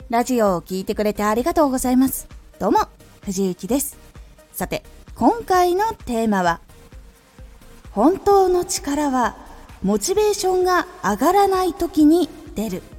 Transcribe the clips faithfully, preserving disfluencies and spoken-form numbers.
ラジオを聞いてくれてありがとうございます。どうも、藤幸です。さて、今回のテーマは、本当の力はモチベーションが上がらない時に出る。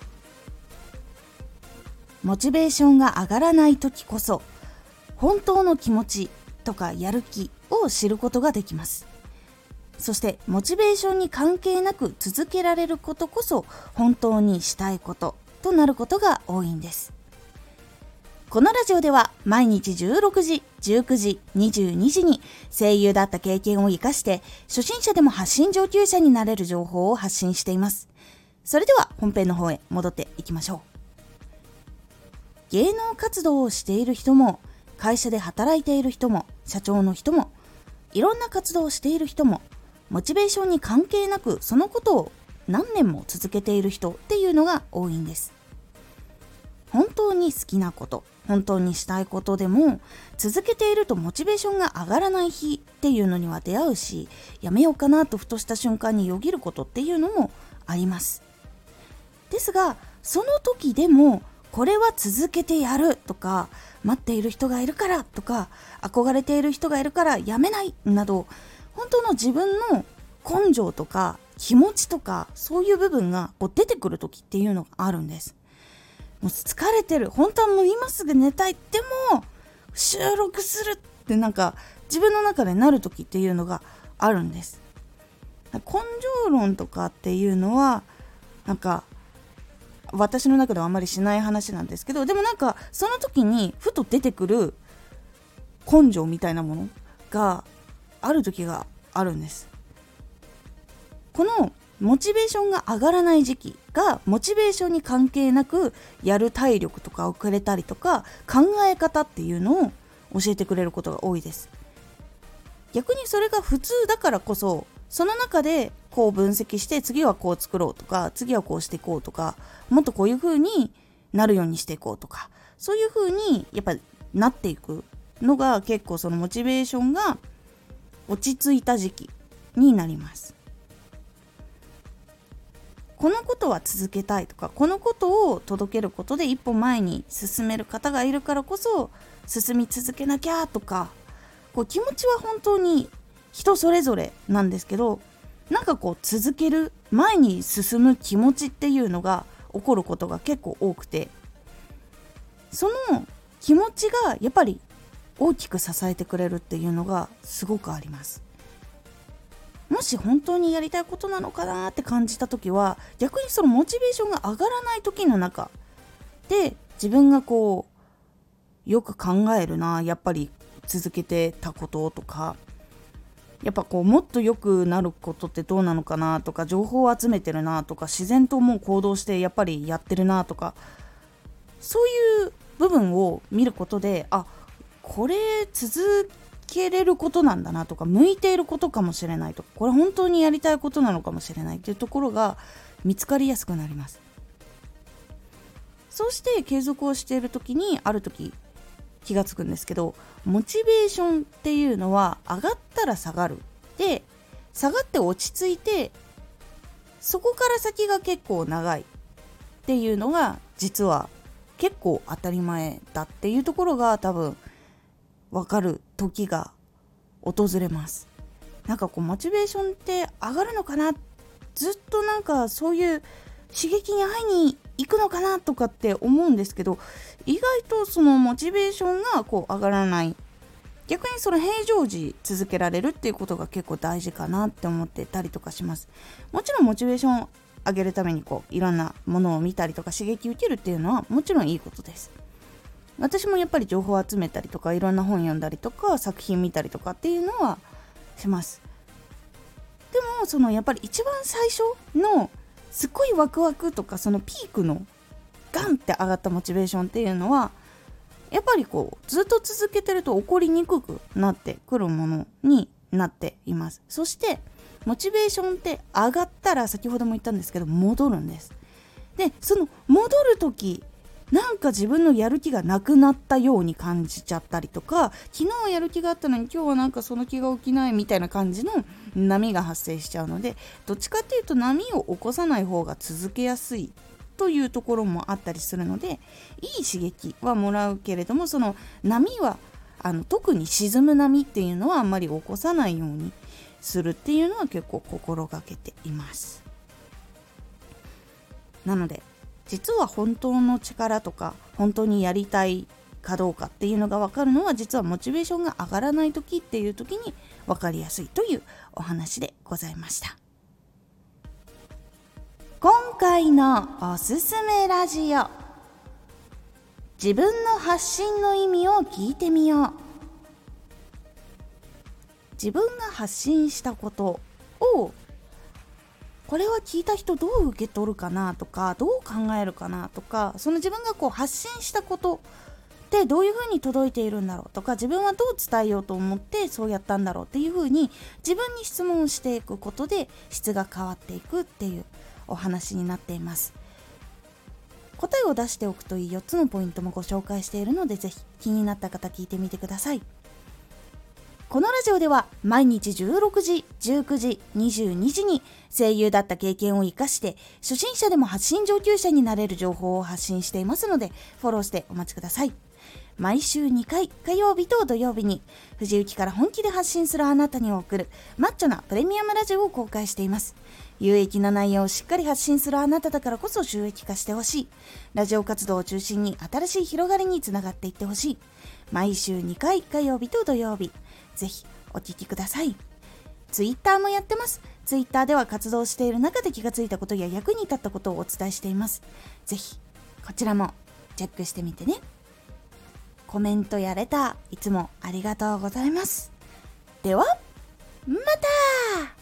モチベーションが上がらない時こそ、本当の気持ちとかやる気を知ることができます。そしてモチベーションに関係なく続けられることこそ本当にしたいこととなることが多いんです。このラジオでは毎日じゅうろくじ、じゅうくじ、にじゅうにじに声優だった経験を生かして初心者でも発信上級者になれる情報を発信しています。それでは本編の方へ戻っていきましょう。芸能活動をしている人も、会社で働いている人も、社長の人も、いろんな活動をしている人も、モチベーションに関係なくそのことを何年も続けている人っていうのが多いんです。本当に好きなこと、本当にしたいことでも続けているとモチベーションが上がらない日っていうのには出会うし、やめようかなとふとした瞬間によぎることっていうのもあります。ですが、その時でもこれは続けてやるとか、待っている人がいるからとか、憧れている人がいるからやめないなど、本当の自分の根性とか気持ちとかそういう部分がこう出てくる時っていうのがあるんです。もう疲れてる、本当はもう今すぐ寝たい、でも収録するってなんか自分の中でなる時っていうのがあるんです。根性論とかっていうのはなんか私の中ではあんまりしない話なんですけど、でもなんかその時にふと出てくる根性みたいなものがある時があるんです。このモチベーションが上がらない時期がモチベーションに関係なくやる体力とかをくれたりとか、考え方っていうのを教えてくれることが多いです。逆にそれが普通だからこそ、その中でこう分析して、次はこう作ろうとか、次はこうしていこうとか、もっとこういう風になるようにしていこうとか、そういう風にやっぱりなっていくのが結構そのモチベーションが落ち着いた時期になります。このことは続けたいとか、このことを届けることで一歩前に進める方がいるからこそ進み続けなきゃとか、こう気持ちは本当に人それぞれなんですけど、なんかこう続ける、前に進む気持ちっていうのが起こることが結構多くて、その気持ちがやっぱり大きく支えてくれるっていうのがすごくあります。もし本当にやりたいことなのかなって感じた時は、逆にそのモチベーションが上がらない時の中で自分がこうよく考えるな、やっぱり続けてたこととか、やっぱこうもっと良くなることってどうなのかなとか、情報を集めてるなとか、自然ともう行動してやっぱりやってるなとか、そういう部分を見ることで、あ、これ続けれることなんだなとか、向いていることかもしれないとか、これ本当にやりたいことなのかもしれないっていうところが見つかりやすくなります。そうして継続をしている時に、ある時気がつくんですけど、モチベーションっていうのは上がったら下がる、で下がって落ち着いて、そこから先が結構長いっていうのが実は結構当たり前だっていうところが多分分かる時が訪れます。なんかこうモチベーションって上がるのかな、ずっとなんかそういう刺激に会いに行くのかなとかって思うんですけど、意外とそのモチベーションがこう上がらない、逆にその平常時続けられるっていうことが結構大事かなって思ってたりとかします。もちろんモチベーション上げるためにこういろんなものを見たりとか刺激受けるっていうのはもちろんいいことです。私もやっぱり情報を集めたりとか、いろんな本読んだりとか、作品見たりとかっていうのはします。でもそのやっぱり一番最初のすっごいワクワクとか、そのピークのガンって上がったモチベーションっていうのは、やっぱりこうずっと続けてると起こりにくくなってくるものになっています。そしてモチベーションって上がったら、先ほども言ったんですけど戻るんです。でその戻る時、なんか自分のやる気がなくなったように感じちゃったりとか、昨日やる気があったのに今日はなんかその気が起きないみたいな感じの波が発生しちゃうので、どっちかっていうと波を起こさない方が続けやすいというところもあったりするので、いい刺激はもらうけれども、その波はあの特に沈む波っていうのはあんまり起こさないようにするっていうのは結構心がけています。なので実は本当の力とか本当にやりたいかどうかっていうのが分かるのは、実はモチベーションが上がらない時っていう時に分かりやすいというお話でございました。今回のおすすめラジオ、自分の発信の意味を聞いてみよう。自分が発信したことを、これは聞いた人どう受け取るかなとか、どう考えるかなとか、その自分がこう発信したことでどういうふうに届いているんだろうとか、自分はどう伝えようと思ってそうやったんだろうっていうふうに自分に質問していくことで質が変わっていくっていうお話になっています。答えを出しておくといいよっつのポイントもご紹介しているので、ぜひ気になった方聞いてみてください。このラジオでは毎日じゅうろくじ、じゅうくじ、にじゅうにじに声優だった経験を生かして初心者でも発信上級者になれる情報を発信していますので、フォローしてお待ちください。毎週にかい、火曜日と土曜日に藤雪から本気で発信するあなたに送るマッチョなプレミアムラジオを公開しています。有益な内容をしっかり発信するあなただからこそ収益化してほしい。ラジオ活動を中心に新しい広がりにつながっていってほしい。毎週にかい、火曜日と土曜日、ぜひお聞きください。ツイッターもやってます。ツイッターでは活動している中で気がついたことや役に立ったことをお伝えしています。ぜひこちらもチェックしてみてね。コメントやレターいつもありがとうございます。ではまた。